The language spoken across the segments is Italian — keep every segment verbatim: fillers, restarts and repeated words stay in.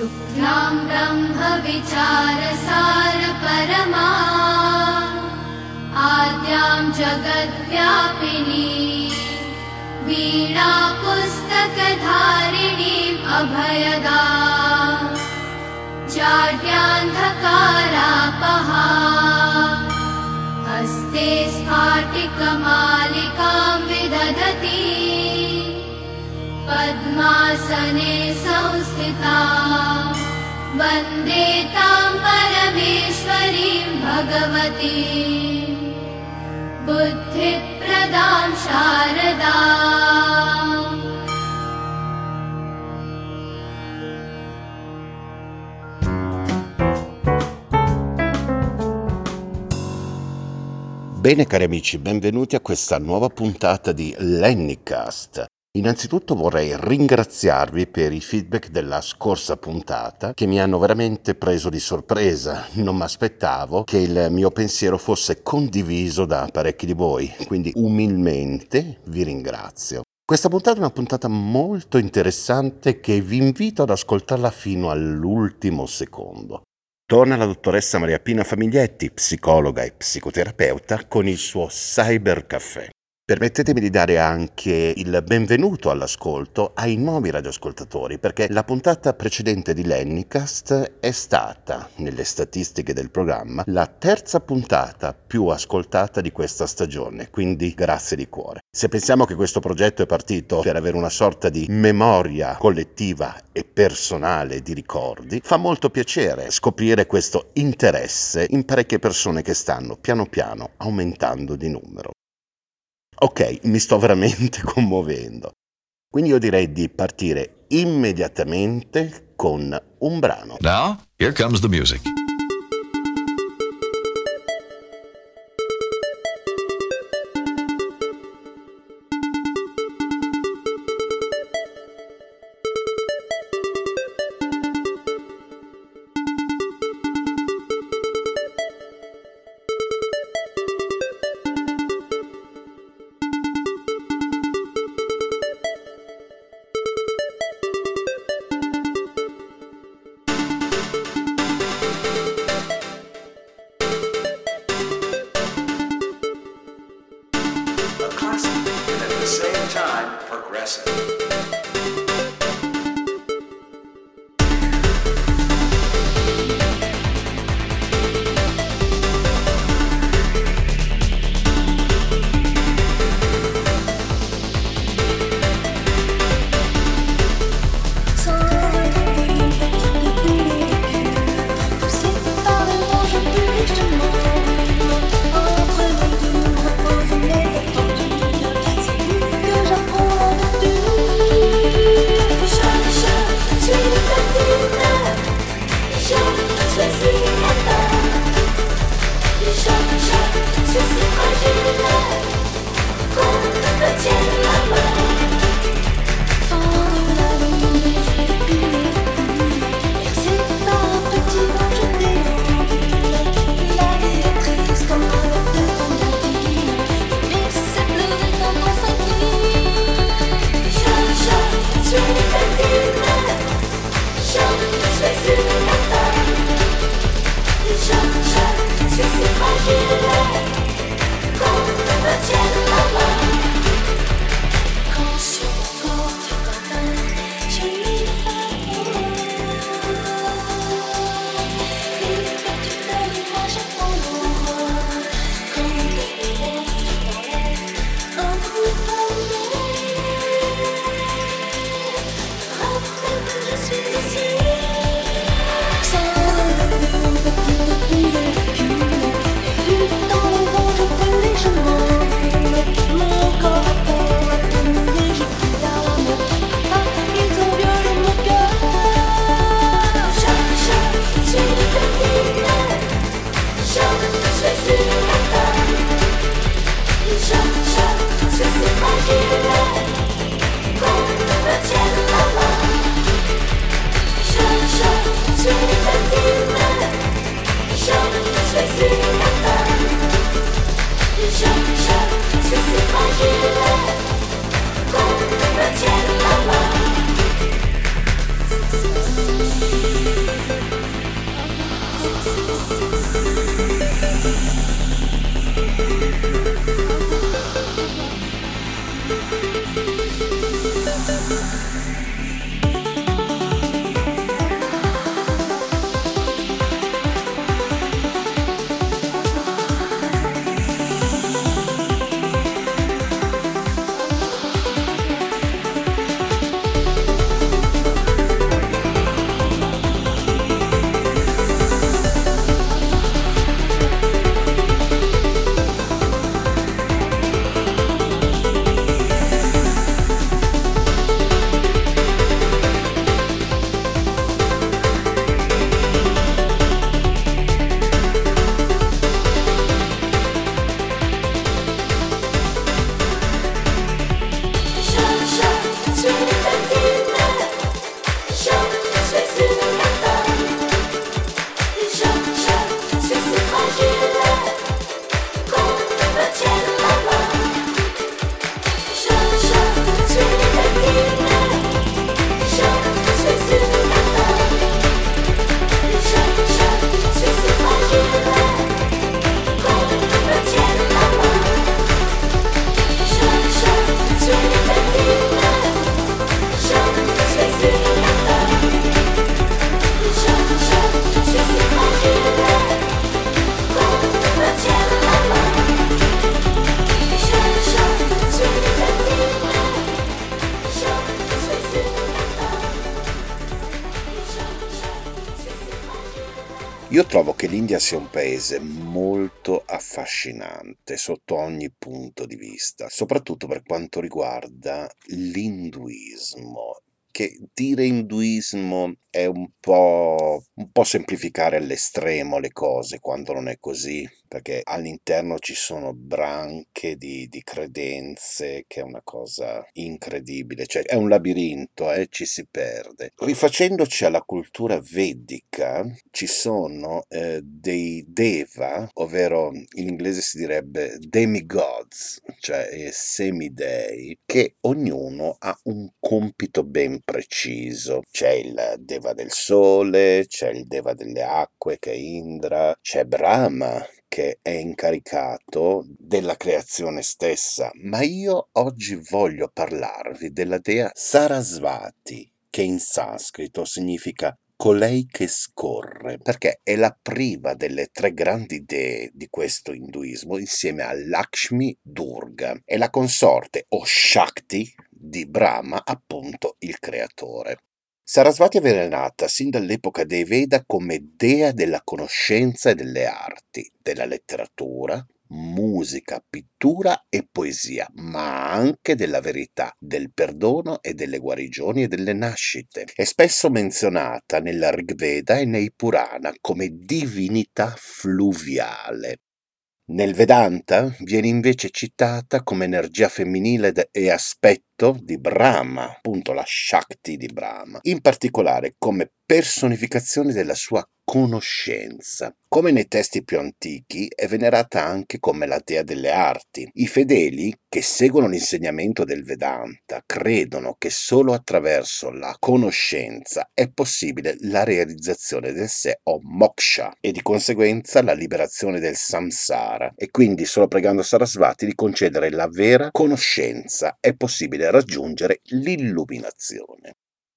शुक्लां ब्रह्मविचारसार परमा आद्यां जगद्व्यापिनी वीणा पुस्तकधारिणीम् अभयदां जाड्यान्धकारापहा हस्ते स्फाटिकमालिकां विदधती पद्मासने संस्थिता वन्दे तां परमेश्वरीं भगवती बुद्धिप्रदां शारदा। Bene cari amici, benvenuti a questa nuova puntata di Lennycast. Innanzitutto vorrei ringraziarvi per i feedback della scorsa puntata che mi hanno veramente preso di sorpresa. Non mi aspettavo che il mio pensiero fosse condiviso da parecchi di voi, quindi umilmente vi ringrazio. Questa puntata è una puntata molto interessante che vi invito ad ascoltarla fino all'ultimo secondo. Torna la dottoressa Maria Pina Famiglietti, psicologa e psicoterapeuta, con il suo Cyber Caffè. Permettetemi di dare anche il benvenuto all'ascolto ai nuovi radioascoltatori, perché la puntata precedente di Lennycast è stata, nelle statistiche del programma, la terza puntata più ascoltata di questa stagione, quindi grazie di cuore. Se pensiamo che questo progetto è partito per avere una sorta di memoria collettiva e personale di ricordi, fa molto piacere scoprire questo interesse in parecchie persone che stanno piano piano aumentando di numero. Ok, mi sto veramente commuovendo. Quindi io direi di partire immediatamente con un brano. Now, here comes the music. Fragile, come Io trovo che l'India sia un paese molto affascinante sotto ogni punto di vista, soprattutto per quanto riguarda l'induismo, che dire induismo è un po', un po' semplificare all'estremo le cose quando non è così, perché all'interno ci sono branche di, di credenze che è una cosa incredibile, cioè è un labirinto, eh, ci si perde. Rifacendoci alla cultura vedica, ci sono eh, dei deva, ovvero in inglese si direbbe demigods, cioè eh, semidei, che ognuno ha un compito ben preciso. C'è il deva del sole, c'è il deva delle acque che è Indra, c'è Brahma che è incaricato della creazione stessa, ma io oggi voglio parlarvi della dea Sarasvati, che in sanscrito significa colei che scorre, perché è la prima delle tre grandi dee di questo induismo insieme a Lakshmi Durga, è la consorte o Shakti di Brahma, appunto il creatore. Sarasvati è venerata sin dall'epoca dei Veda come dea della conoscenza e delle arti, della letteratura, musica, pittura e poesia, ma anche della verità, del perdono e delle guarigioni e delle nascite. È spesso menzionata nella Rig Veda e nei Purana come divinità fluviale. Nel Vedanta viene invece citata come energia femminile e aspetto di Brahma, appunto la Shakti di Brahma, in particolare come personificazione della sua conoscenza. Come nei testi più antichi, è venerata anche come la dea delle arti. I fedeli che seguono l'insegnamento del Vedanta credono che solo attraverso la conoscenza è possibile la realizzazione del sé o moksha e di conseguenza la liberazione del samsara, e quindi solo pregando Sarasvati di concedere la vera conoscenza è possibile raggiungere l'illuminazione.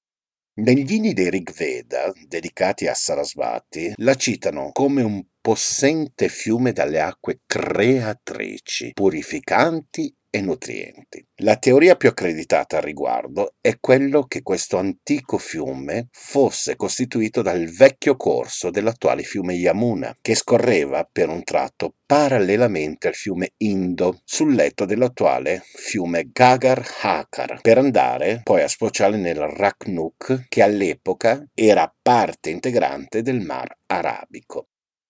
Negli inni dei Rig Veda, dedicati a Sarasvati, la citano come un possente fiume dalle acque creatrici, purificanti e nutrienti. La teoria più accreditata al riguardo è quello che questo antico fiume fosse costituito dal vecchio corso dell'attuale fiume Yamuna, che scorreva per un tratto parallelamente al fiume Indo, sul letto dell'attuale fiume Gagar Hakar, per andare poi a sfociare nel Raknuk, che all'epoca era parte integrante del Mar Arabico.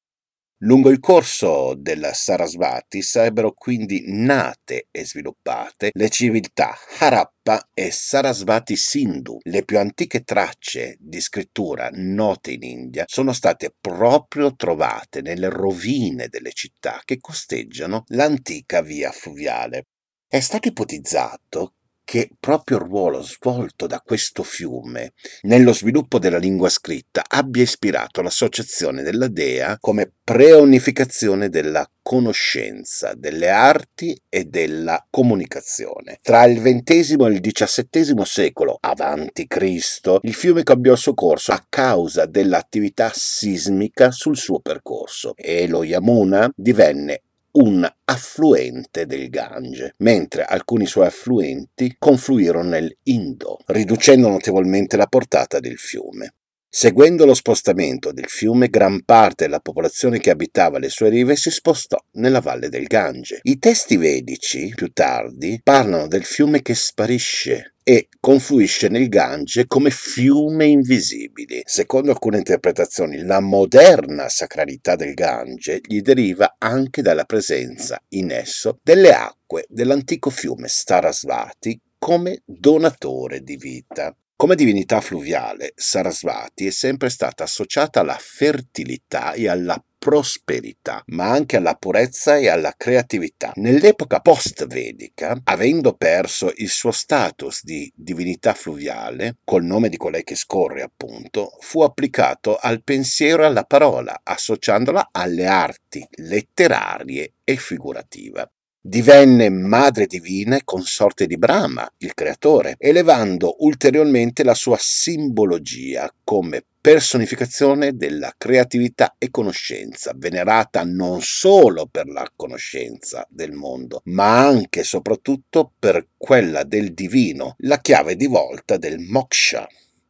Lungo il corso della Sarasvati sarebbero quindi nate e sviluppate le civiltà Harappa e Sarasvati Sindhu. Le più antiche tracce di scrittura note in India sono state proprio trovate nelle rovine delle città che costeggiano l'antica via fluviale. È stato ipotizzato che proprio il ruolo svolto da questo fiume nello sviluppo della lingua scritta abbia ispirato l'associazione della dea come preunificazione della conoscenza, delle arti e della comunicazione. Tra il ventesimo e il diciassettesimo secolo avanti Cristo, il fiume cambiò il suo corso a causa dell'attività sismica sul suo percorso e lo Yamuna divenne un affluente del Gange, mentre alcuni suoi affluenti confluirono nel Indo, riducendo notevolmente la portata del fiume. Seguendo lo spostamento del fiume, gran parte della popolazione che abitava le sue rive si spostò nella valle del Gange. I testi vedici, più tardi, parlano del fiume che sparisce e confluisce nel Gange come fiume invisibile. Secondo alcune interpretazioni, la moderna sacralità del Gange gli deriva anche dalla presenza in esso delle acque dell'antico fiume Sarasvati come donatore di vita. Come divinità fluviale, Sarasvati è sempre stata associata alla fertilità e alla prosperità, ma anche alla purezza e alla creatività. Nell'epoca post-vedica, avendo perso il suo status di divinità fluviale, col nome di colei che scorre appunto, fu applicato al pensiero e alla parola, associandola alle arti letterarie e figurative. Divenne madre divina e consorte di Brahma, il creatore, elevando ulteriormente la sua simbologia come personificazione della creatività e conoscenza, venerata non solo per la conoscenza del mondo, ma anche e soprattutto per quella del divino, la chiave di volta del moksha.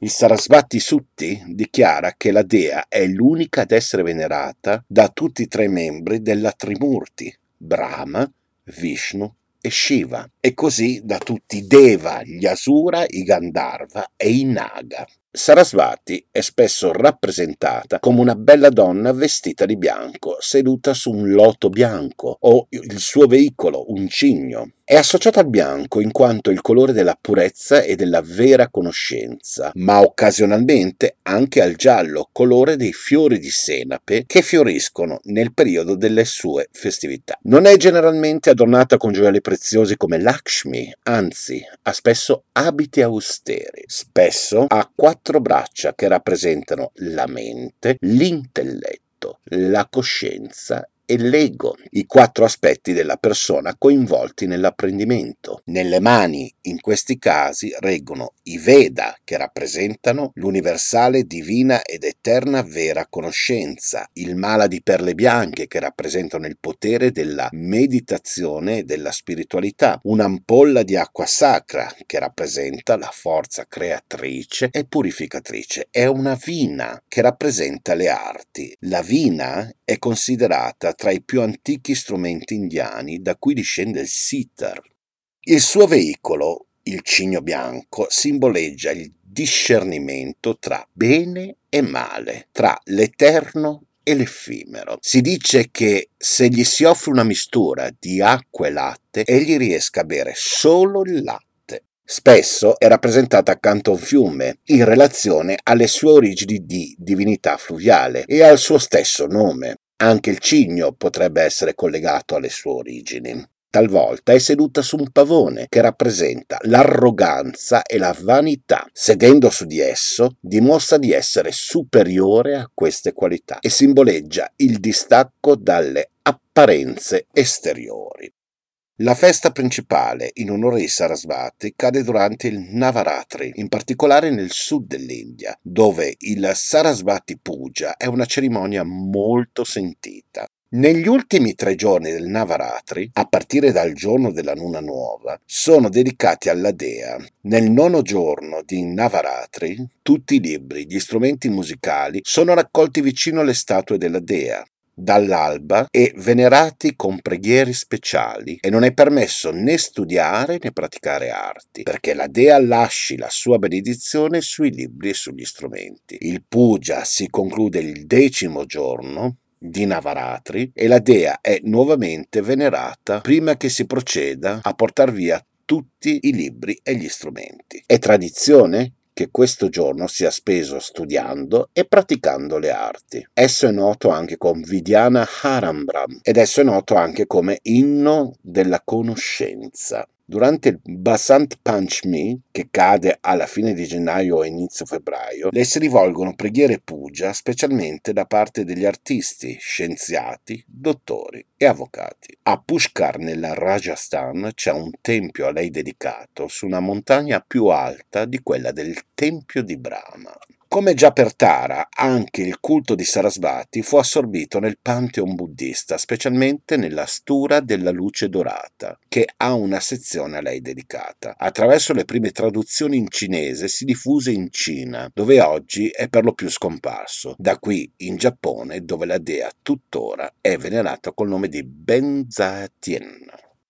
Il Sarasvati Sutti dichiara che la dea è l'unica ad essere venerata da tutti e tre i membri della Trimurti, Brahma, Vishnu e Shiva, e così da tutti i Deva, gli Asura, i Gandharva e i Naga. Sarasvati è spesso rappresentata come una bella donna vestita di bianco, seduta su un loto bianco, o il suo veicolo, un cigno. È associata al bianco in quanto è il colore della purezza e della vera conoscenza, ma occasionalmente anche al giallo, colore dei fiori di senape che fioriscono nel periodo delle sue festività. Non è generalmente adornata con gioielli preziosi come Lakshmi, anzi ha spesso abiti austeri. Spesso ha quattro braccia che rappresentano la mente, l'intelletto, la coscienza e l'ego, i quattro aspetti della persona coinvolti nell'apprendimento. Nelle mani, in questi casi, reggono i Veda, che rappresentano l'universale, divina ed eterna vera conoscenza, il mala di perle bianche, che rappresentano il potere della meditazione e della spiritualità, un'ampolla di acqua sacra, che rappresenta la forza creatrice e purificatrice, e una vina, che rappresenta le arti. La vina è considerata tra i più antichi strumenti indiani da cui discende il sitar. Il suo veicolo, il cigno bianco, simboleggia il discernimento tra bene e male, tra l'eterno e l'effimero. Si dice che se gli si offre una mistura di acqua e latte, egli riesca a bere solo il latte. Spesso è rappresentata accanto a un fiume, in relazione alle sue origini di divinità fluviale e al suo stesso nome. Anche il cigno potrebbe essere collegato alle sue origini. Talvolta è seduta su un pavone che rappresenta l'arroganza e la vanità. Sedendo su di esso, dimostra di essere superiore a queste qualità e simboleggia il distacco dalle apparenze esteriori. La festa principale in onore di Sarasvati cade durante il Navaratri, in particolare nel sud dell'India, dove il Sarasvati Puja è una cerimonia molto sentita. Negli ultimi tre giorni del Navaratri, a partire dal giorno della luna nuova, sono dedicati alla dea. Nel nono giorno di Navaratri, tutti i libri, gli strumenti musicali sono raccolti vicino alle statue della dea dall'alba e venerati con preghiere speciali, e non è permesso né studiare né praticare arti, perché la dea lasci la sua benedizione sui libri e sugli strumenti. Il puja si conclude il decimo giorno di Navaratri e la dea è nuovamente venerata prima che si proceda a portar via tutti i libri e gli strumenti. È tradizione che questo giorno sia speso studiando e praticando le arti. Esso è noto anche come Vidyana Harambram ed esso è noto anche come inno della conoscenza. Durante il Basant Panchami, che cade alla fine di gennaio e inizio febbraio, le si rivolgono preghiere puja specialmente da parte degli artisti, scienziati, dottori e avvocati. A Pushkar, nel Rajasthan, c'è un tempio a lei dedicato su una montagna più alta di quella del tempio di Brahma. Come già per Tara, anche il culto di Sarasvati fu assorbito nel pantheon buddista, specialmente nella stura della luce dorata, che ha una sezione a lei dedicata. Attraverso le prime traduzioni in cinese si diffuse in Cina, dove oggi è per lo più scomparso. Da qui in Giappone, dove la dea tuttora è venerata col nome di Benzatien.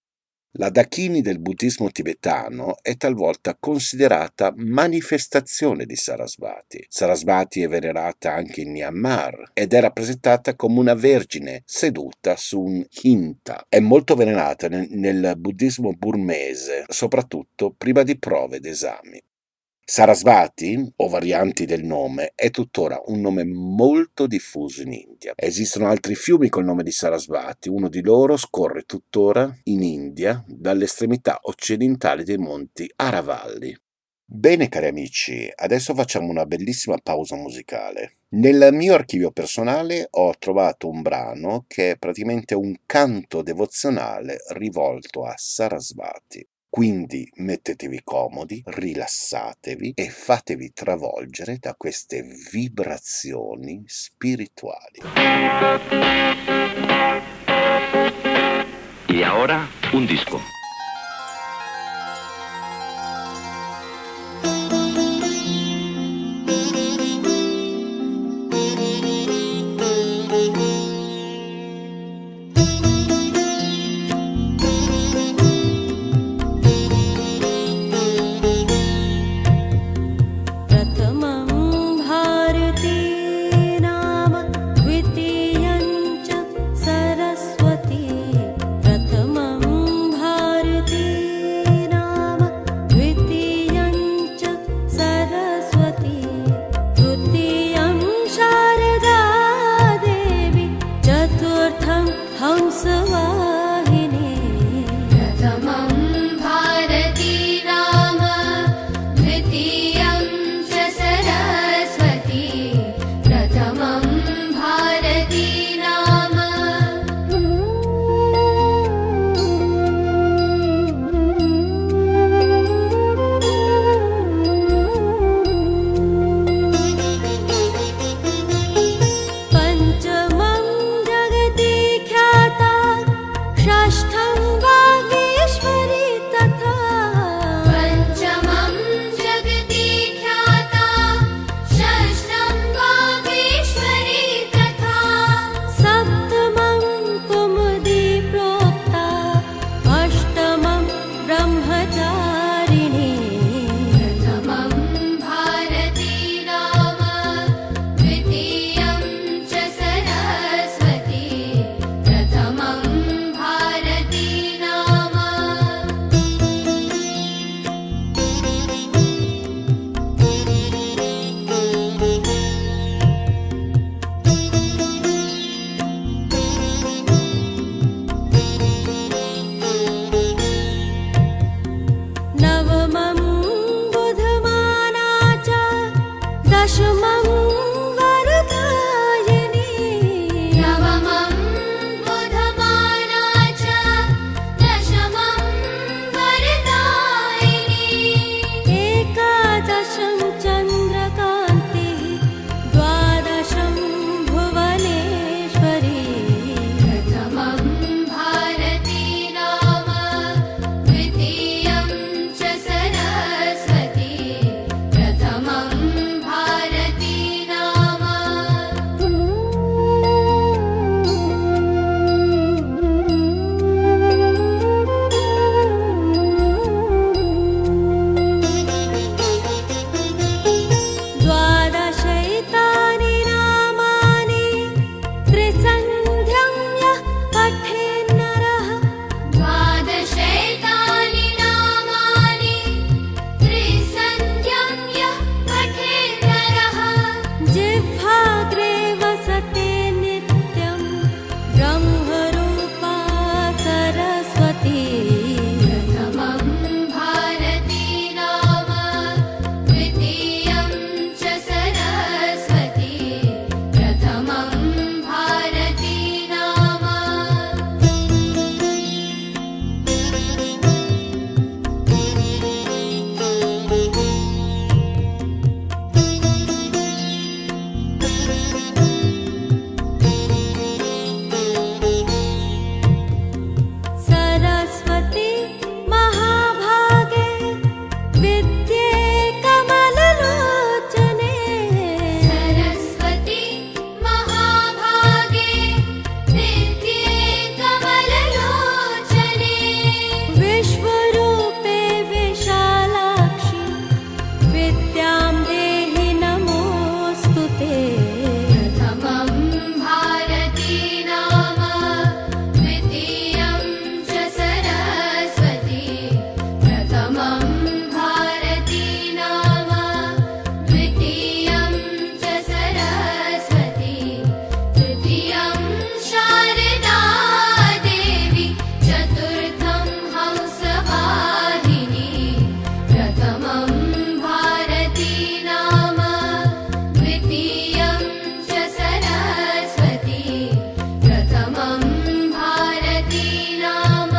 La Dakini del buddismo tibetano è talvolta considerata manifestazione di Sarasvati. Sarasvati è venerata anche in Myanmar ed è rappresentata come una vergine seduta su un hinta. È molto venerata nel, nel buddismo burmese, soprattutto prima di prove ed esami. Sarasvati, o varianti del nome, è tuttora un nome molto diffuso in India. Esistono altri fiumi col nome di Sarasvati, uno di loro scorre tuttora in India dalle estremità occidentali dei monti Aravalli. Bene cari amici, adesso facciamo una bellissima pausa musicale. Nel mio archivio personale ho trovato un brano che è praticamente un canto devozionale rivolto a Sarasvati. Quindi mettetevi comodi, rilassatevi e fatevi travolgere da queste vibrazioni spirituali. Y ahora un disco. षष्ठं वागीश्वरी तथा पञ्चमं जगति ख्याता षष्ठं वागीश्वरी तथा सप्तमं कुमुदी प्रोक्ता अष्टमं ब्रह्मचारिणी प्रथमं भारती नाम द्वितीयं च सरस्वती प्रथमं भारती नाम नवमं बुधमाना च दशमं वरदायिनी नवमं बुधमाना च दशमं वरदायिनी एकादशं चन्द्रकान्तिः द्वादशं भुवनेश्वरी प्रथमं भारती नाम द्वितीयं च सरस्वती प्रथमं भारती नाम द्वादशैतानि नामानि त्रिसन्ध्यं यः पठेन्नरः द्वादशैतानि नामानि त्रिसन्ध्यं यः पठेन्नरः जिह्वाग्रे वसते नित्यं ब्रह्मरूपा सरस्वती प्रथमं भारती नाम द्वितीयं च सरस्वती प्रथमं भारती नाम सरस्वती महाभागे विद्ये कमललोचने सरस्वती महाभागे विद्ये कमललोचने विश्वरूपे विशालाक्षि विद्यां देहि नमोऽस्तु ते प्रथमं भारती नाम द्वितीयं च सरस्वती प्रथमं भारती नाम द्वितीयं च सरस्वती तृतीयं शारदा देवी चतुर्थं हंसवाहिनी प्रथमं भारती नाम द्वितीयं च सरस्वती प्रथमं भारती नाम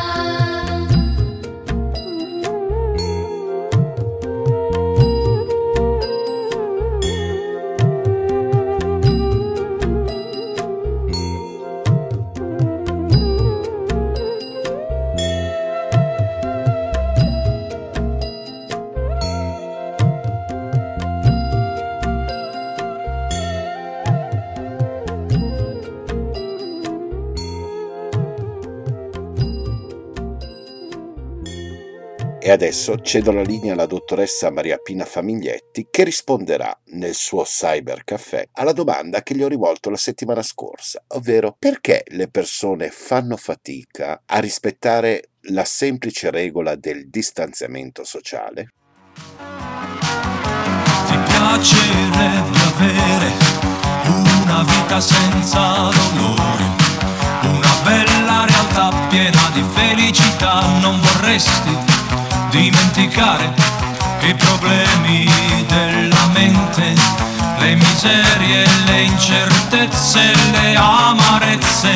E adesso cedo la linea alla dottoressa Maria Pina Famiglietti che risponderà nel suo cybercaffè alla domanda che gli ho rivolto la settimana scorsa, ovvero perché le persone fanno fatica a rispettare la semplice regola del distanziamento sociale? Ti piacerebbe avere una vita senza dolori, una bella realtà piena di felicità, non vorresti dimenticare i problemi della mente, le miserie, le incertezze, le amarezze.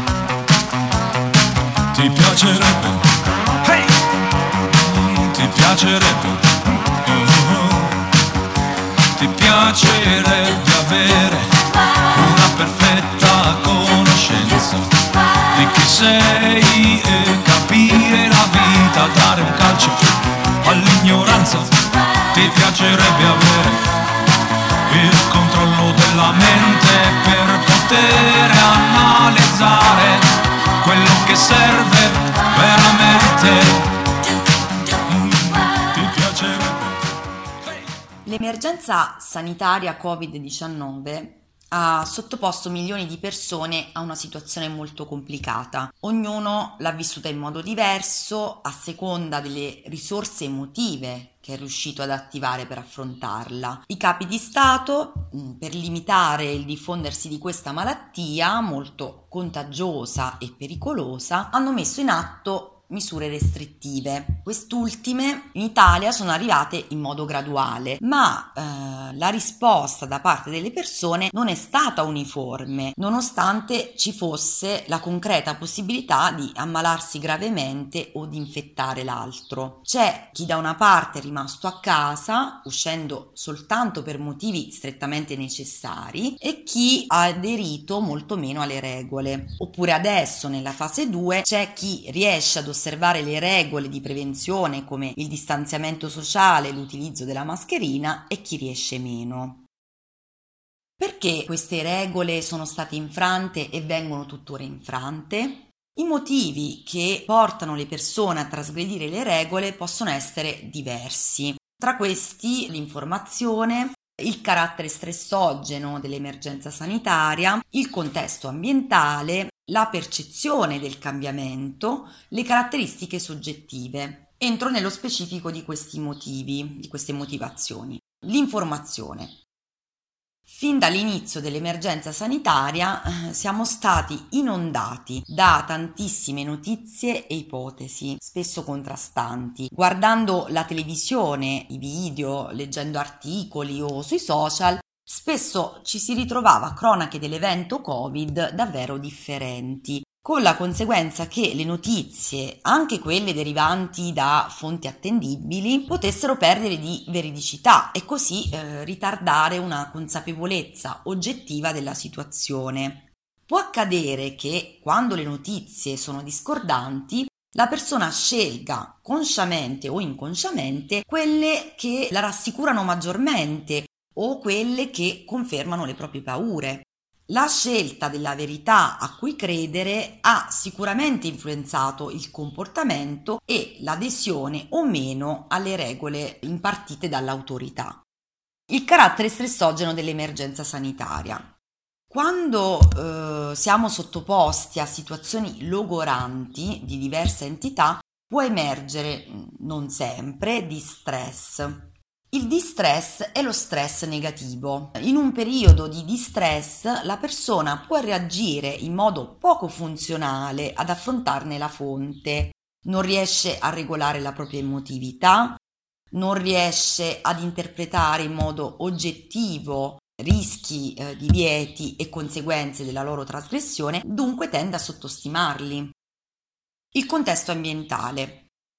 Ti piacerebbe, hey! Ti piacerebbe, oh, ti piacerebbe avere una perfetta conoscenza di chi sei e capire la vita, dare un calcio all'ignoranza. Ti piacerebbe avere il controllo della mente per poter analizzare quello che serve veramente. Mm, ti piacerebbe. L'emergenza sanitaria covid diciannove ha sottoposto milioni di persone a una situazione molto complicata. Ognuno l'ha vissuta in modo diverso a seconda delle risorse emotive che è riuscito ad attivare per affrontarla. I capi di Stato, per limitare il diffondersi di questa malattia molto contagiosa e pericolosa, hanno messo in atto misure restrittive. Quest'ultime in Italia sono arrivate in modo graduale, ma eh, la risposta da parte delle persone non è stata uniforme, nonostante ci fosse la concreta possibilità di ammalarsi gravemente o di infettare l'altro. C'è chi da una parte è rimasto a casa, uscendo soltanto per motivi strettamente necessari, e chi ha aderito molto meno alle regole. Oppure adesso, nella fase due, c'è chi riesce ad osservare le regole di prevenzione come il distanziamento sociale e l'utilizzo della mascherina e chi riesce meno. Perché queste regole sono state infrante e vengono tuttora infrante? I motivi che portano le persone a trasgredire le regole possono essere diversi. Tra questi l'informazione, il carattere stressogeno dell'emergenza sanitaria, il contesto ambientale, la percezione del cambiamento, le caratteristiche soggettive. Entro nello specifico di questi motivi, di queste motivazioni. L'informazione. Fin dall'inizio dell'emergenza sanitaria eh, siamo stati inondati da tantissime notizie e ipotesi, spesso contrastanti. Guardando la televisione, i video, leggendo articoli o sui social, spesso ci si ritrovava cronache dell'evento Covid davvero differenti, con la conseguenza che le notizie, anche quelle derivanti da fonti attendibili, potessero perdere di veridicità e così eh, ritardare una consapevolezza oggettiva della situazione. Può accadere che, quando le notizie sono discordanti, la persona scelga, consciamente o inconsciamente, quelle che la rassicurano maggiormente o quelle che confermano le proprie paure. La scelta della verità a cui credere ha sicuramente influenzato il comportamento e l'adesione o meno alle regole impartite dall'autorità. Il carattere stressogeno dell'emergenza sanitaria. Quando eh, siamo sottoposti a situazioni logoranti di diverse entità, può emergere, non sempre, distress. Il distress è lo stress negativo. In un periodo di distress la persona può reagire in modo poco funzionale ad affrontarne la fonte, non riesce a regolare la propria emotività, non riesce ad interpretare in modo oggettivo rischi, eh, divieti e conseguenze della loro trasgressione, dunque tende a sottostimarli. Il contesto ambientale.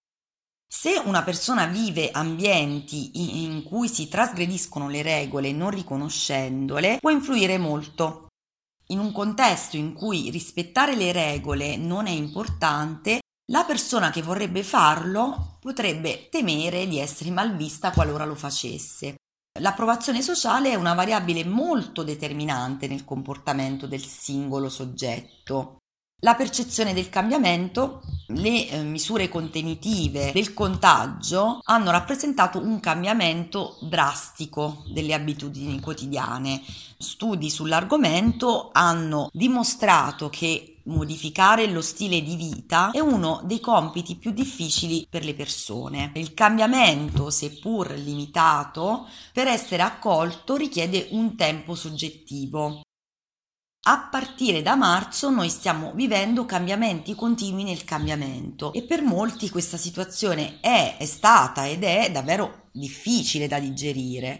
Se una persona vive ambienti in cui si trasgrediscono le regole non riconoscendole, può influire molto. In un contesto in cui rispettare le regole non è importante, la persona che vorrebbe farlo potrebbe temere di essere malvista qualora lo facesse. L'approvazione sociale è una variabile molto determinante nel comportamento del singolo soggetto. La percezione del cambiamento, le eh, misure contenitive del contagio hanno rappresentato un cambiamento drastico delle abitudini quotidiane. Studi sull'argomento hanno dimostrato che modificare lo stile di vita è uno dei compiti più difficili per le persone. Il cambiamento, seppur limitato, per essere accolto richiede un tempo soggettivo. A partire da marzo noi stiamo vivendo cambiamenti continui nel cambiamento e per molti questa situazione è, è stata ed è davvero difficile da digerire.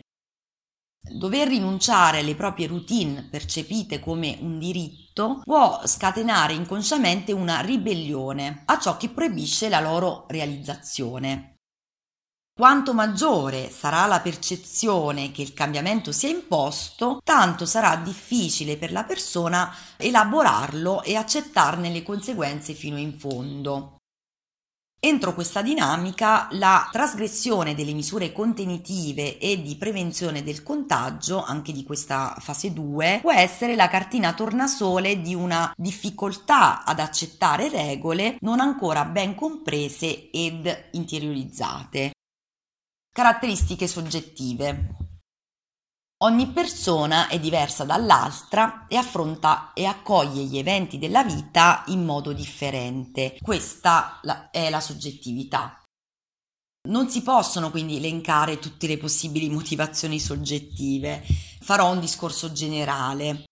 Dover rinunciare alle proprie routine percepite come un diritto può scatenare inconsciamente una ribellione a ciò che proibisce la loro realizzazione. Quanto maggiore sarà la percezione che il cambiamento sia imposto, tanto sarà difficile per la persona elaborarlo e accettarne le conseguenze fino in fondo. Entro questa dinamica, la trasgressione delle misure contenitive e di prevenzione del contagio, anche di questa fase due, può essere la cartina tornasole di una difficoltà ad accettare regole non ancora ben comprese ed interiorizzate. Caratteristiche soggettive. Ogni persona è diversa dall'altra e affronta e accoglie gli eventi della vita in modo differente. Questa è la soggettività. Non si possono quindi elencare tutte le possibili motivazioni soggettive. Farò un discorso generale.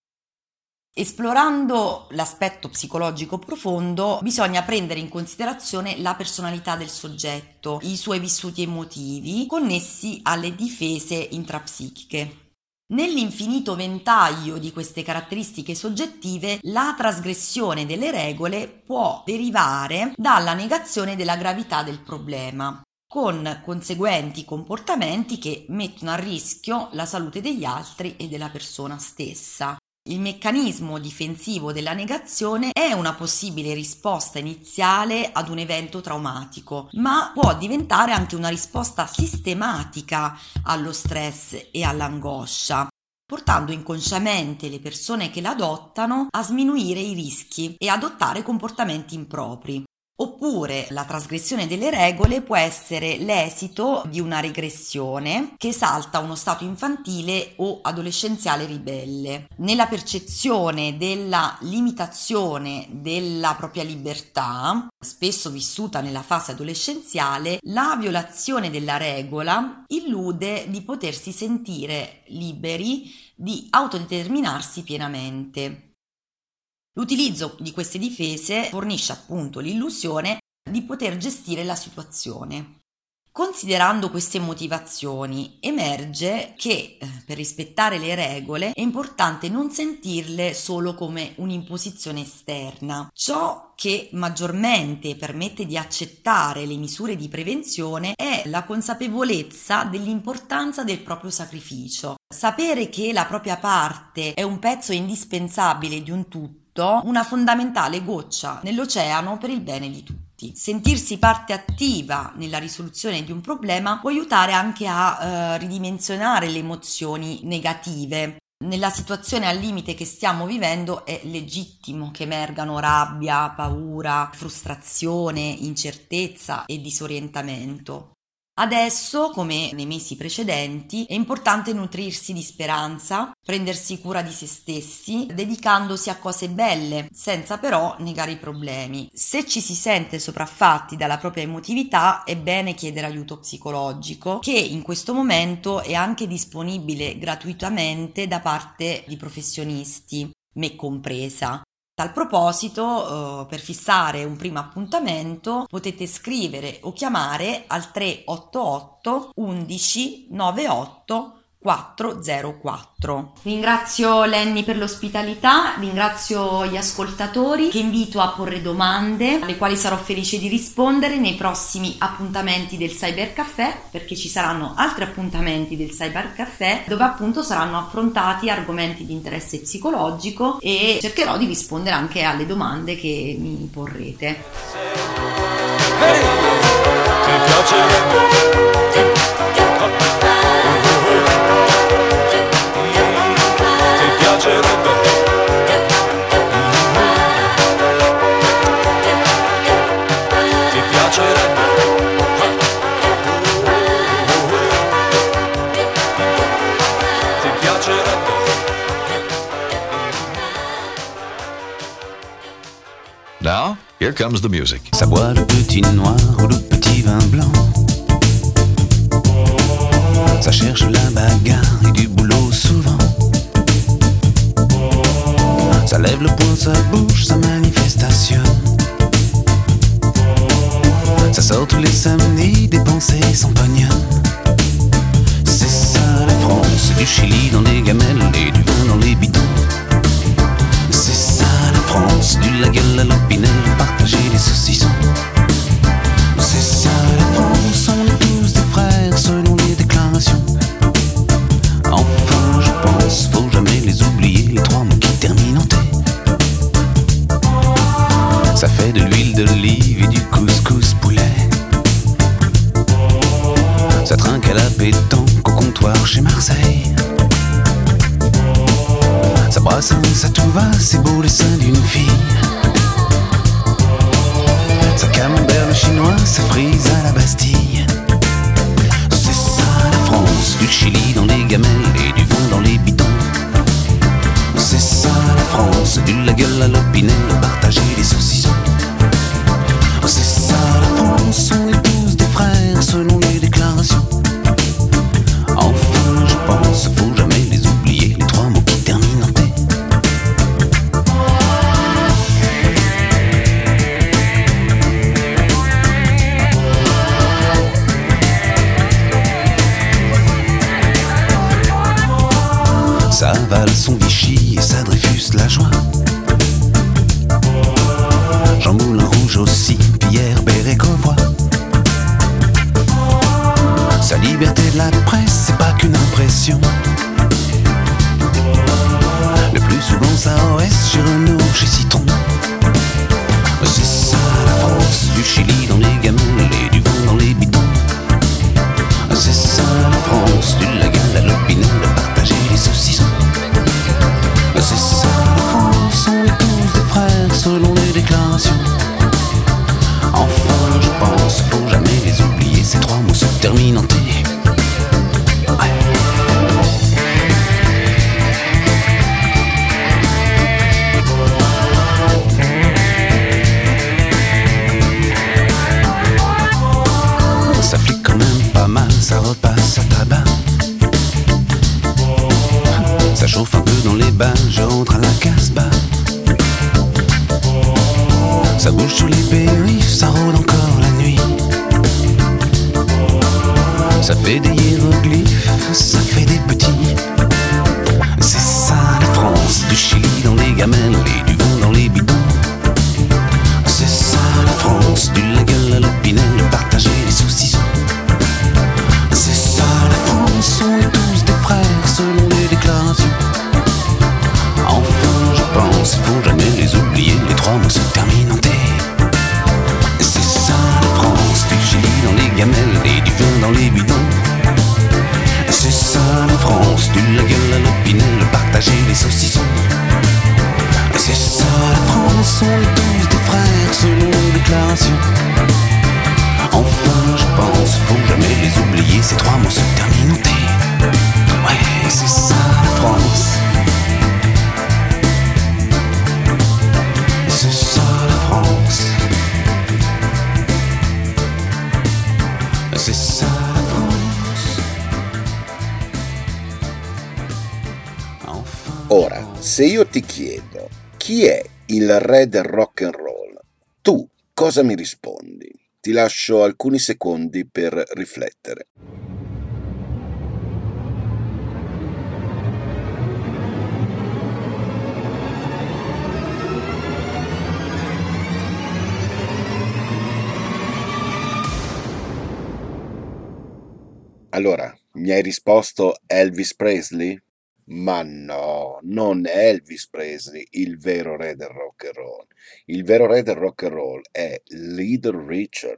Esplorando l'aspetto psicologico profondo, bisogna prendere in considerazione la personalità del soggetto, i suoi vissuti emotivi connessi alle difese intrapsichiche. Nell'infinito ventaglio di queste caratteristiche soggettive, la trasgressione delle regole può derivare dalla negazione della gravità del problema, con conseguenti comportamenti che mettono a rischio la salute degli altri e della persona stessa. Il meccanismo difensivo della negazione è una possibile risposta iniziale ad un evento traumatico, ma può diventare anche una risposta sistematica allo stress e all'angoscia, portando inconsciamente le persone che la adottano a sminuire i rischi e adottare comportamenti impropri. Oppure la trasgressione delle regole può essere l'esito di una regressione che salta uno stato infantile o adolescenziale ribelle. Nella percezione della limitazione della propria libertà, spesso vissuta nella fase adolescenziale, la violazione della regola illude di potersi sentire liberi di autodeterminarsi pienamente. L'utilizzo di queste difese fornisce appunto l'illusione di poter gestire la situazione. Considerando queste motivazioni, emerge che eh, per rispettare le regole è importante non sentirle solo come un'imposizione esterna. Ciò che maggiormente permette di accettare le misure di prevenzione è la consapevolezza dell'importanza del proprio sacrificio. Sapere che la propria parte è un pezzo indispensabile di un tutto, una fondamentale goccia nell'oceano per il bene di tutti. Sentirsi parte attiva nella risoluzione di un problema può aiutare anche a eh, ridimensionare le emozioni negative. Nella situazione al limite che stiamo vivendo è legittimo che emergano rabbia, paura, frustrazione, incertezza e disorientamento. Adesso, come nei mesi precedenti, è importante nutrirsi di speranza, prendersi cura di se stessi, dedicandosi a cose belle, senza però negare i problemi. Se ci si sente sopraffatti dalla propria emotività, è bene chiedere aiuto psicologico, che in questo momento è anche disponibile gratuitamente da parte di professionisti, me compresa. A tal proposito, eh, per fissare un primo appuntamento potete scrivere o chiamare al tre otto otto undici novantotto quattrocentoquattro. Ringrazio Lenny per l'ospitalità, ringrazio gli ascoltatori che invito a porre domande alle quali sarò felice di rispondere nei prossimi appuntamenti del Cybercaffè, perché ci saranno altri appuntamenti del Cybercaffè dove appunto saranno affrontati argomenti di interesse psicologico e cercherò di rispondere anche alle domande che mi porrete. Hey, ti piace? Now, here comes the music. Ça boit le petit noir ou le petit vin blanc. Ça cherche la bagarre et du boulot souvent. Ça lève le poing, ça bouge, sa manifestation. Ça sort tous les samedis, dépenser son pognon. C'est ça la France, c'est du Chili dans les gamelles et du vin dans les bidons. C'est ça la France, du la gueule à l'opinel, partager les saucissons. C'est ça la France, on est tous des frères. Croissance à tout va, c'est beau les seins d'une fille. Sa camembert chinois, sa frise à la Bastille. C'est ça la France, du Chili dans les gamelles et du vin dans les bidons. C'est ça la France, du la gueule à l'opinel, partager les saucissons. C'est ça la France, on est tous des frères selon les déclarations. Enfin je pense, faut jamais les oublier, les trois mots qui terminent en T. Ça avale son Vichy et ça Dreyfus la joie. Jean Moulin Rouge aussi, Pierre Bérégovoy. Sa liberté de la presse, c'est pas qu'une impression. Le plus souvent ça O S chez Renault, chez Citron. C'est ça la France, du Chili dans les gamelles et du vin dans les bidons. C'est ça la France, du la gueule à l'opinel, partager les saucissons. C'est ça la France, on est tous des frères selon les déclarations. Enfin je pense, faut jamais les oublier, ces trois mots se terminent en T. Ouais. Ça flique quand même pas mal, ça repasse à tabac. Ça chauffe un peu dans les bains, je rentre à la Casbah. Ça bouge sous les périphes, ça rôde encore la nuit. Ça fait des hiéroglyphes, ça fait des petits. C'est ça la France, du Chili dans les gamelles et du vin dans les bidons. C'est ça la France, du la gueule à l'opinel, partager les saucissons. C'est ça la France, on est tous des frères selon les déclarations. Enfin je pense, faut jamais les oublier, les trois mots se terminent en T. C'est ça la France, du Chili dans les gamelles et du vin dans les bidons. C'est ça la France, du la gueule à l'opinel, partager les saucissons. C'est ça la France, on est tous des frères selon les déclarations. Enfin je pense, faut jamais les oublier, ces trois mots se terminent en T. Ouais, c'est ça la France. C'est ça la France. C'est ça la France. Enfin. Ora, se io ti chiedo chi è il re del rock and roll, tu cosa mi rispondi? Ti lascio alcuni secondi per riflettere. Allora, mi hai risposto Elvis Presley? Ma no, non è Elvis Presley il vero re del rock and roll. Il vero re del rock and roll è Little Richard.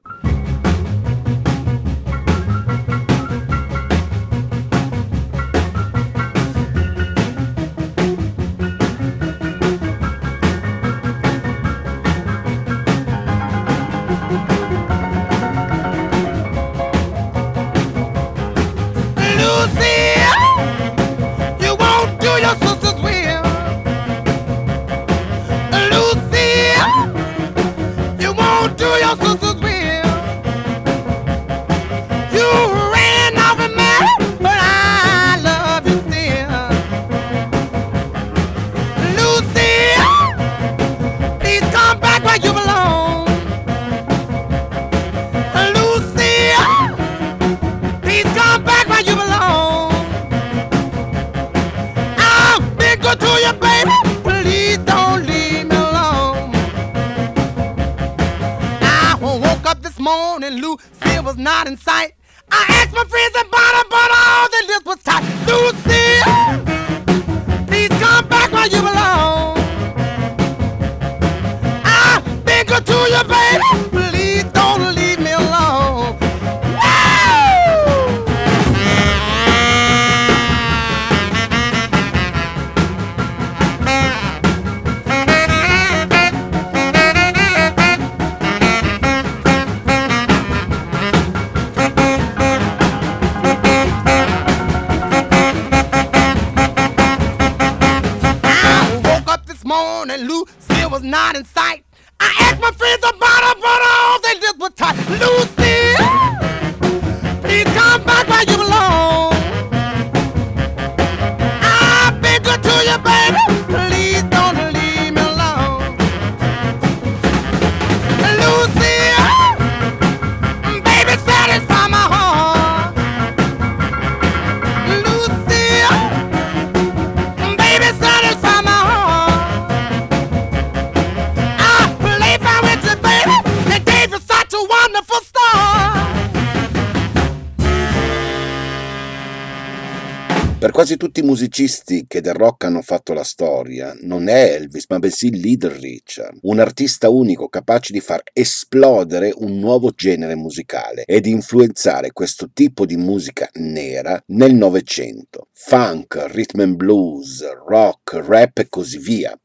Morning, Lucille was not in sight. I asked my friends about her, but all the list was tight. Lucille, please come back where you belong. I've been good to you, baby. Please don't leave me alone. Woo! not in sight. I asked my friends about her, but all they did was tight. Lucy, please come back where you belong. I've been good to you, baby. Please don't leave me alone. Lucy, baby, satisfy my heart. Lucy, baby, satisfy my heart. I play fine with you, baby, and gave you such a wonderful start. Per quasi tutti i musicisti che del rock hanno fatto la storia, non è Elvis, ma bensì Little Richard, un artista unico capace di far esplodere un nuovo genere musicale e di influenzare questo tipo di musica nera nel Novecento. Funk, rhythm and blues, rock, rap e così via.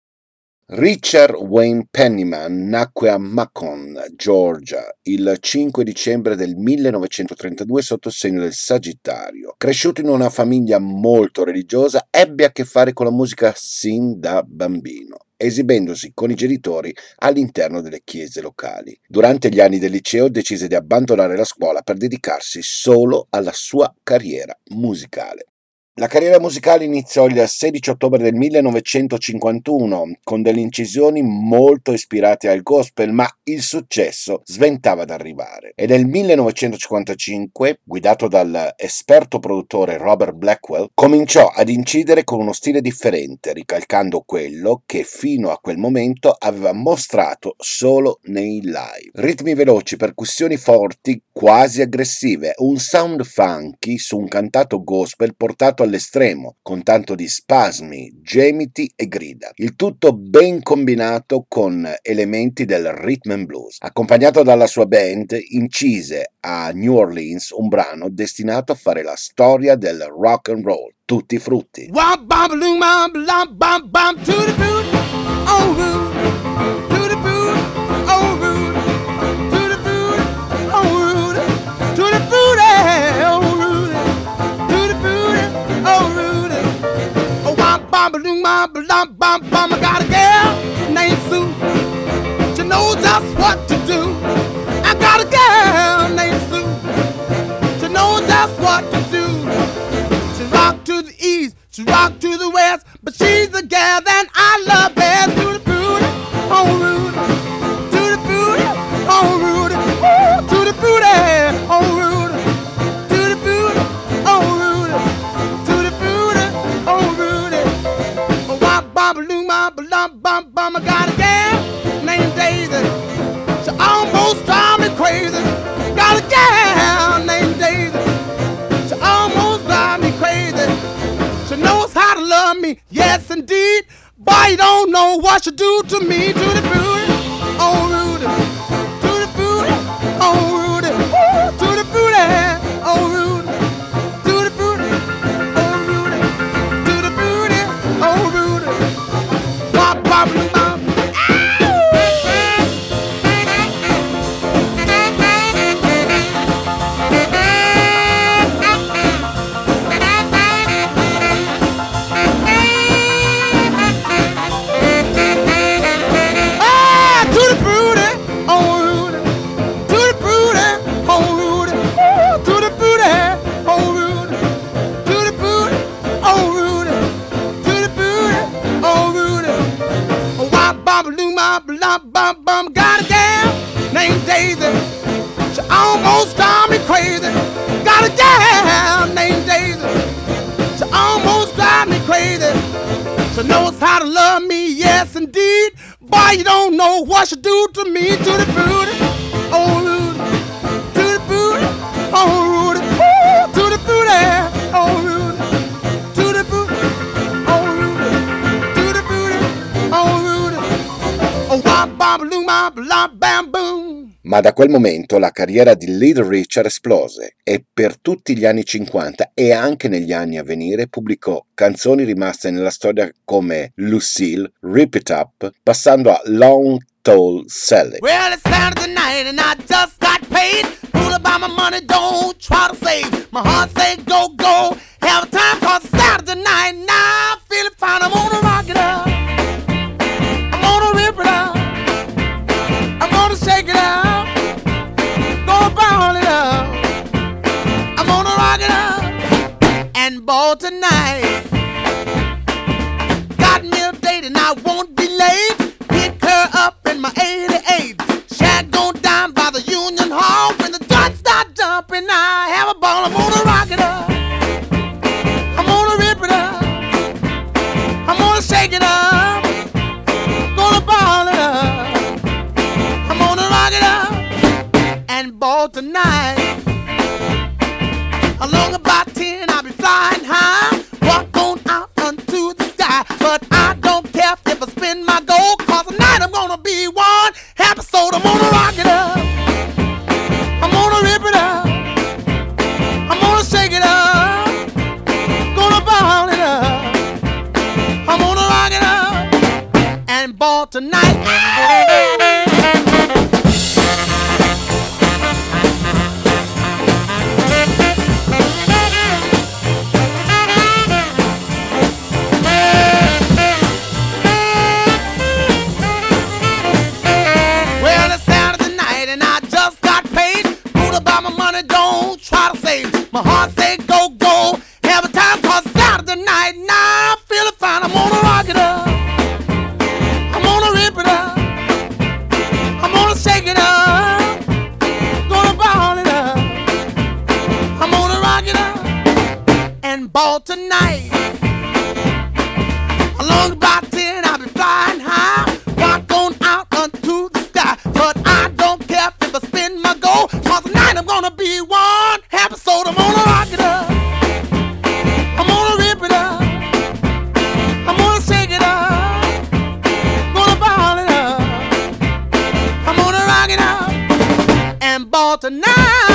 Richard Wayne Penniman nacque a Macon, Georgia, il cinque dicembre del millenovecentotrentadue sotto il segno del Sagittario. Cresciuto in una famiglia molto religiosa, ebbe a che fare con la musica sin da bambino, esibendosi con i genitori all'interno delle chiese locali. Durante gli anni del liceo decise di abbandonare la scuola per dedicarsi solo alla sua carriera musicale. La carriera musicale iniziò il sedici ottobre del millenovecentocinquantuno con delle incisioni molto ispirate al gospel, ma il successo sventava ad arrivare. E nel millenovecentocinquantacinque, guidato dal esperto produttore Robert Blackwell, cominciò ad incidere con uno stile differente, ricalcando quello che fino a quel momento aveva mostrato solo nei live. Ritmi veloci, percussioni forti, quasi aggressive, un sound funky su un cantato gospel portato all'estremo, con tanto di spasmi, gemiti e grida. Il tutto ben combinato con elementi del rhythm and blues. Accompagnato dalla sua band, incise a New Orleans un brano destinato a fare la storia del rock and roll. Tutti frutti. Womp bum loom bum lump bum bum to the boot, oh rude, to the boot, oh rude, to the boot, oh rude, to the boot, oh rude, to the boot, oh rude. Oh womp bum loom bum lump bum bum. I got a girl named Sue. She knows just what to do. I got a girl named Sue. She knows just what to do. She rock to the east, she rock to the west, but she's the gal that I love best. To the booty, oh Rudy, to the booty, oh Rudy, Woo! To the booty, oh Rudy, to the booty, oh Rudy, to the booty, oh Rudy. Oh wop bop loom bop lump bum bum. I got a gal named Daisy. She almost drive me crazy. Got a gal named Daisy. She almost drive me crazy. She knows how to love me, yes indeed. Boy, you don't know what she do to me. To the booty, oh Rudy, to the booty, oh Rudy, Woo! To the booty, oh Rudy, to the booty, oh Rudy, to the booty, oh Rudy. Wop wop wop. Bum, bum, got a gal named Daisy. She almost drive me crazy. Got a gal named Daisy. She almost drive me crazy. She knows how to love me, yes indeed. Boy, you don't know what she do to me. To the booty, oh Rudy, to the booty, oh Rudy, Woo! To the booty, oh Rudy, to the booty, oh Rudy, to the booty, oh Rudy. Oh wop bop loom bop lump bam boom. Ma da quel momento la carriera di Little Richard esplose e per tutti gli anni cinquanta e anche negli anni a venire pubblicò canzoni rimaste nella storia come Lucille, Rip It Up, passando a Long Tall Sally. Well, it's Saturday night and I just got paid. Fool about my money, don't try to save. My heart say go, go, have a time cause Saturday night. Now I feel it fine, I'm gonna rock it up. I'm gonna rip ball tonight. Got me a date and I won't be late. Pick her up in my eighty-eight. Shag gon' down by the Union Hall. When the dust start jumping, I have a ball. I'm gonna rock it up. I'm gonna rip it up. I'm gonna shake it up. Gonna ball it up. I'm gonna rock it up and ball tonight. Along about ten, I'll be flying high. Walk on out unto the sky. But I don't care if I spin my gold, cause tonight I'm gonna be one episode. I'm gonna rock it up. I'm gonna rip it up. I'm gonna shake it up. Gonna ball it up. I'm gonna rock it up and ball tonight. My heart say go, go, have a time cause Saturday night. Now I'm feeling fine, I'm gonna rock it up. I'm gonna rip it up. I'm gonna shake it up. Gonna ball it up. I'm gonna rock it up and ball tonight. Along about ten, I'll be flying high. Walk on out unto the sky. But I don't care if I spin my goal, cause tonight I'm gonna be one episode. I'm gonna rock it up. I'm gonna rip it up. I'm gonna shake it up. Gonna ball it up. I'm gonna rock it up and ball tonight.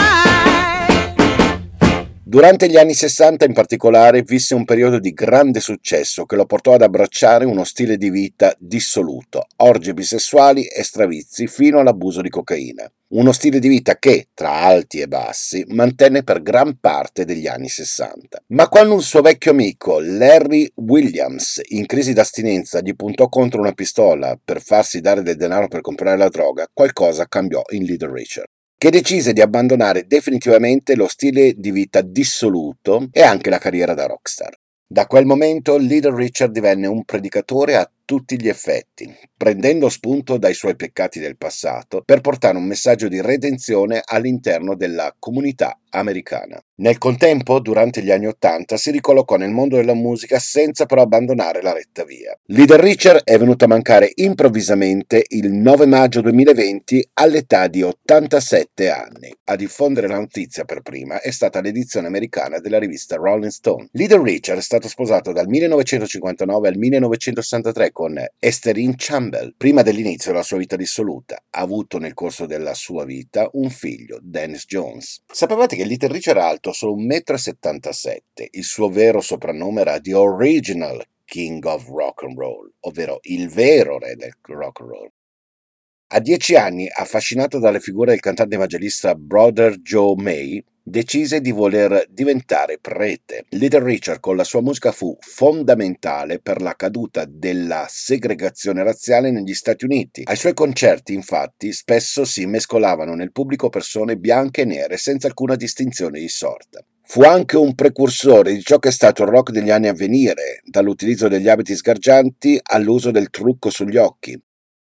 Durante gli anni sessanta in particolare visse un periodo di grande successo che lo portò ad abbracciare uno stile di vita dissoluto, orgie bisessuali e stravizi fino all'abuso di cocaina. Uno stile di vita che, tra alti e bassi, mantenne per gran parte degli anni sessanta. Ma quando un suo vecchio amico, Larry Williams, in crisi d'astinenza, gli puntò contro una pistola per farsi dare del denaro per comprare la droga, qualcosa cambiò in Little Richard, che decise di abbandonare definitivamente lo stile di vita dissoluto e anche la carriera da rockstar. Da quel momento Little Richard divenne un predicatore a tutti gli effetti, prendendo spunto dai suoi peccati del passato per portare un messaggio di redenzione all'interno della comunità americana. Nel contempo, durante gli anni Ottanta, si ricollocò nel mondo della musica senza però abbandonare la retta via. Little Richard è venuto a mancare improvvisamente il nove maggio duemilaventi all'età di ottantasette anni. A diffondere la notizia per prima è stata l'edizione americana della rivista Rolling Stone. Little Richard è stato sposato dal millenovecentocinquantanove al millenovecentosessantatré con Estherine Campbell. Prima dell'inizio della sua vita dissoluta, ha avuto nel corso della sua vita un figlio, Dennis Jones. Sapevate che Little Richard era alto solo un metro e settantasette. Il suo vero soprannome era The Original King of Rock and Roll, ovvero il vero re del rock and roll. A dieci anni, affascinato dalle figure del cantante evangelista Brother Joe May, decise di voler diventare prete. Little Richard con la sua musica fu fondamentale per la caduta della segregazione razziale negli Stati Uniti. Ai suoi concerti, infatti, spesso si mescolavano nel pubblico persone bianche e nere senza alcuna distinzione di sorta. Fu anche un precursore di ciò che è stato il rock degli anni a venire, dall'utilizzo degli abiti sgargianti all'uso del trucco sugli occhi.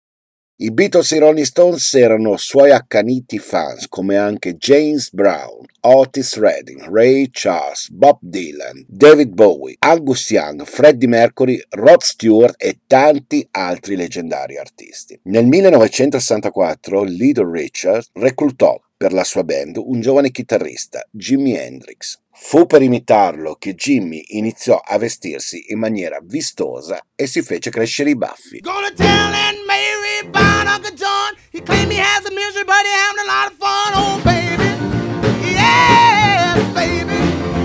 I Beatles e i Rolling Stones erano suoi accaniti fans, come anche James Brown, Otis Redding, Ray Charles, Bob Dylan, David Bowie, Angus Young, Freddie Mercury, Rod Stewart e tanti altri leggendari artisti. Nel millenovecentosessantaquattro Little Richard reclutò per la sua band un giovane chitarrista, Jimi Hendrix. Fu per imitarlo che Jimmy iniziò a vestirsi in maniera vistosa e si fece crescere i baffi. Gonna tell Aunt Mary about Uncle John. He claimed he has a misery, but he having a lot of fun. Oh, baby. Yes, baby.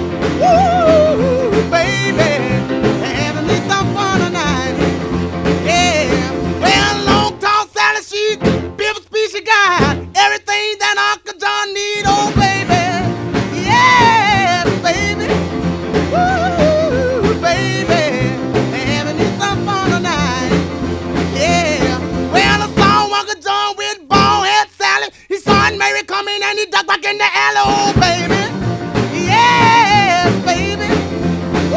Woo, baby. Having me some fun tonight. Yeah. Well, long, tall Sally, she beautiful speech she got. Everything that Uncle John need. Oh, baby. Yes, baby. Woo, baby. Having me some fun tonight. Yeah. Well, I saw Uncle John with bald head Sally. He saw Aunt Mary coming and he ducked back in the alley. Oh, baby. Yes, baby.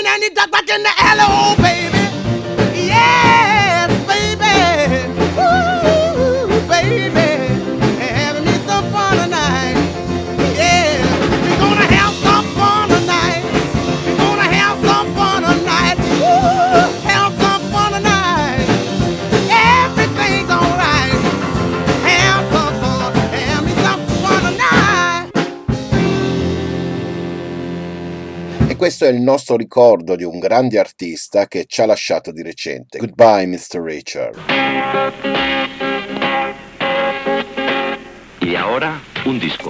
and you duck back in the alley, oh baby. Yes, baby. Ooh, baby. Having me some fun tonight. Yeah, we're gonna have some fun tonight. We're gonna have some fun tonight. Ooh, have some fun tonight. Everything's alright. Have some fun. Have me some fun tonight. E questo è il nostro ricordo di un grande artista che ci ha lasciato di recente. Goodbye, mister Richard. Y ahora, un disco.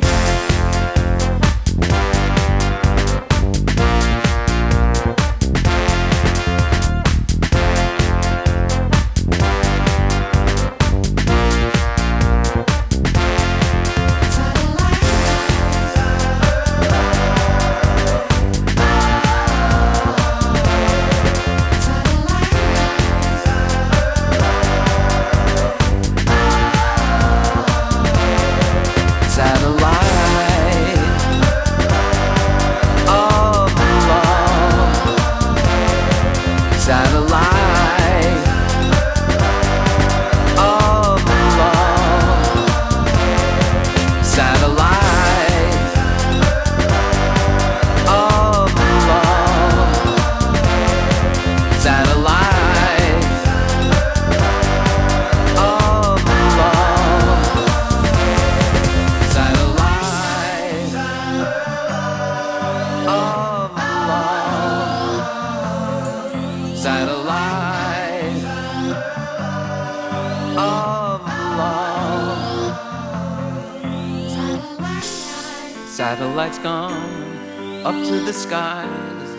Satellites gone up to the skies.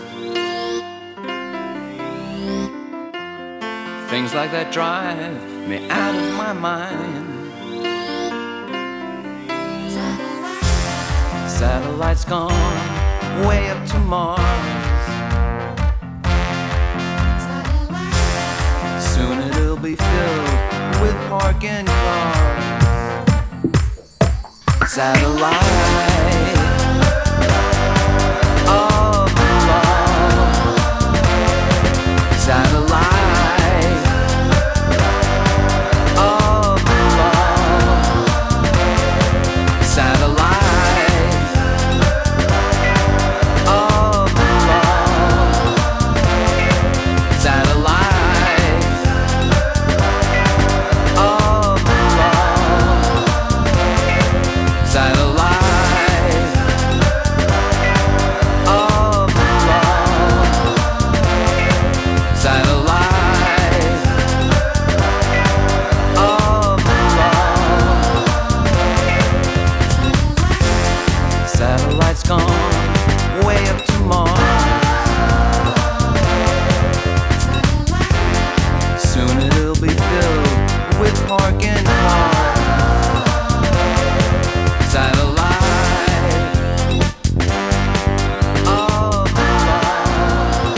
Things like that drive me out of my mind. Satellites gone way up to Mars. Soon it'll be filled with parking cars. Satellite of love. Satellite of love. Satellite of love. Satellite of love. Satellite of love. Satellite of love. Satellites gone way up to Mars. Soon it'll be filled with parking cars. Satellite of love.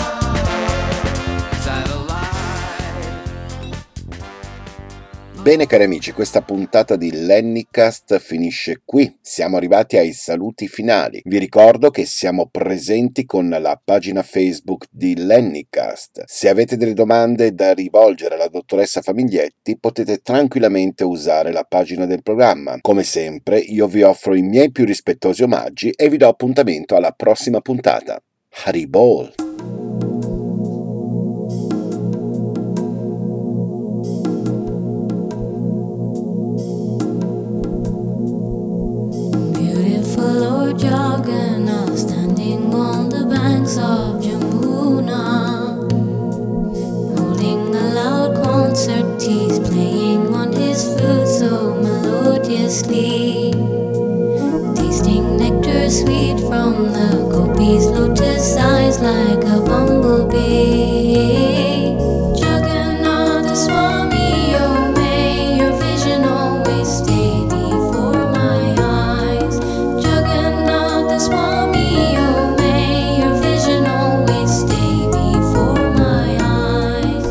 Satellite. Bene cari amici, questa puntata di Lennycast finisce qui. Siamo arrivati ai saluti finali. Vi ricordo che siamo presenti con la pagina Facebook di Lennycast. Se avete delle domande da rivolgere alla dottoressa Famiglietti, potete tranquillamente usare la pagina del programma. Come sempre, io vi offro i miei più rispettosi omaggi e vi do appuntamento alla prossima puntata. Haribol! Beautiful Lord Jagannath, standing on the banks of Jamuna, holding a loud concert, he's playing on his flute so melodiously, tasting nectar sweet from the gopi's lotus eyes like a bumblebee. Jagannatha Swami, oh may your vision always stay before my eyes. Jagannatha Swami, oh may your vision always stay before my eyes.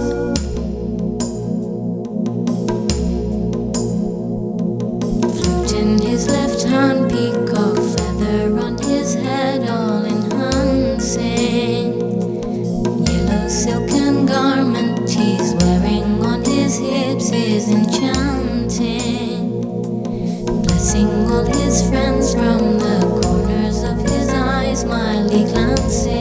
Flute in his left hand, peacock feather on his head, all enhancing Clancy, Clancy.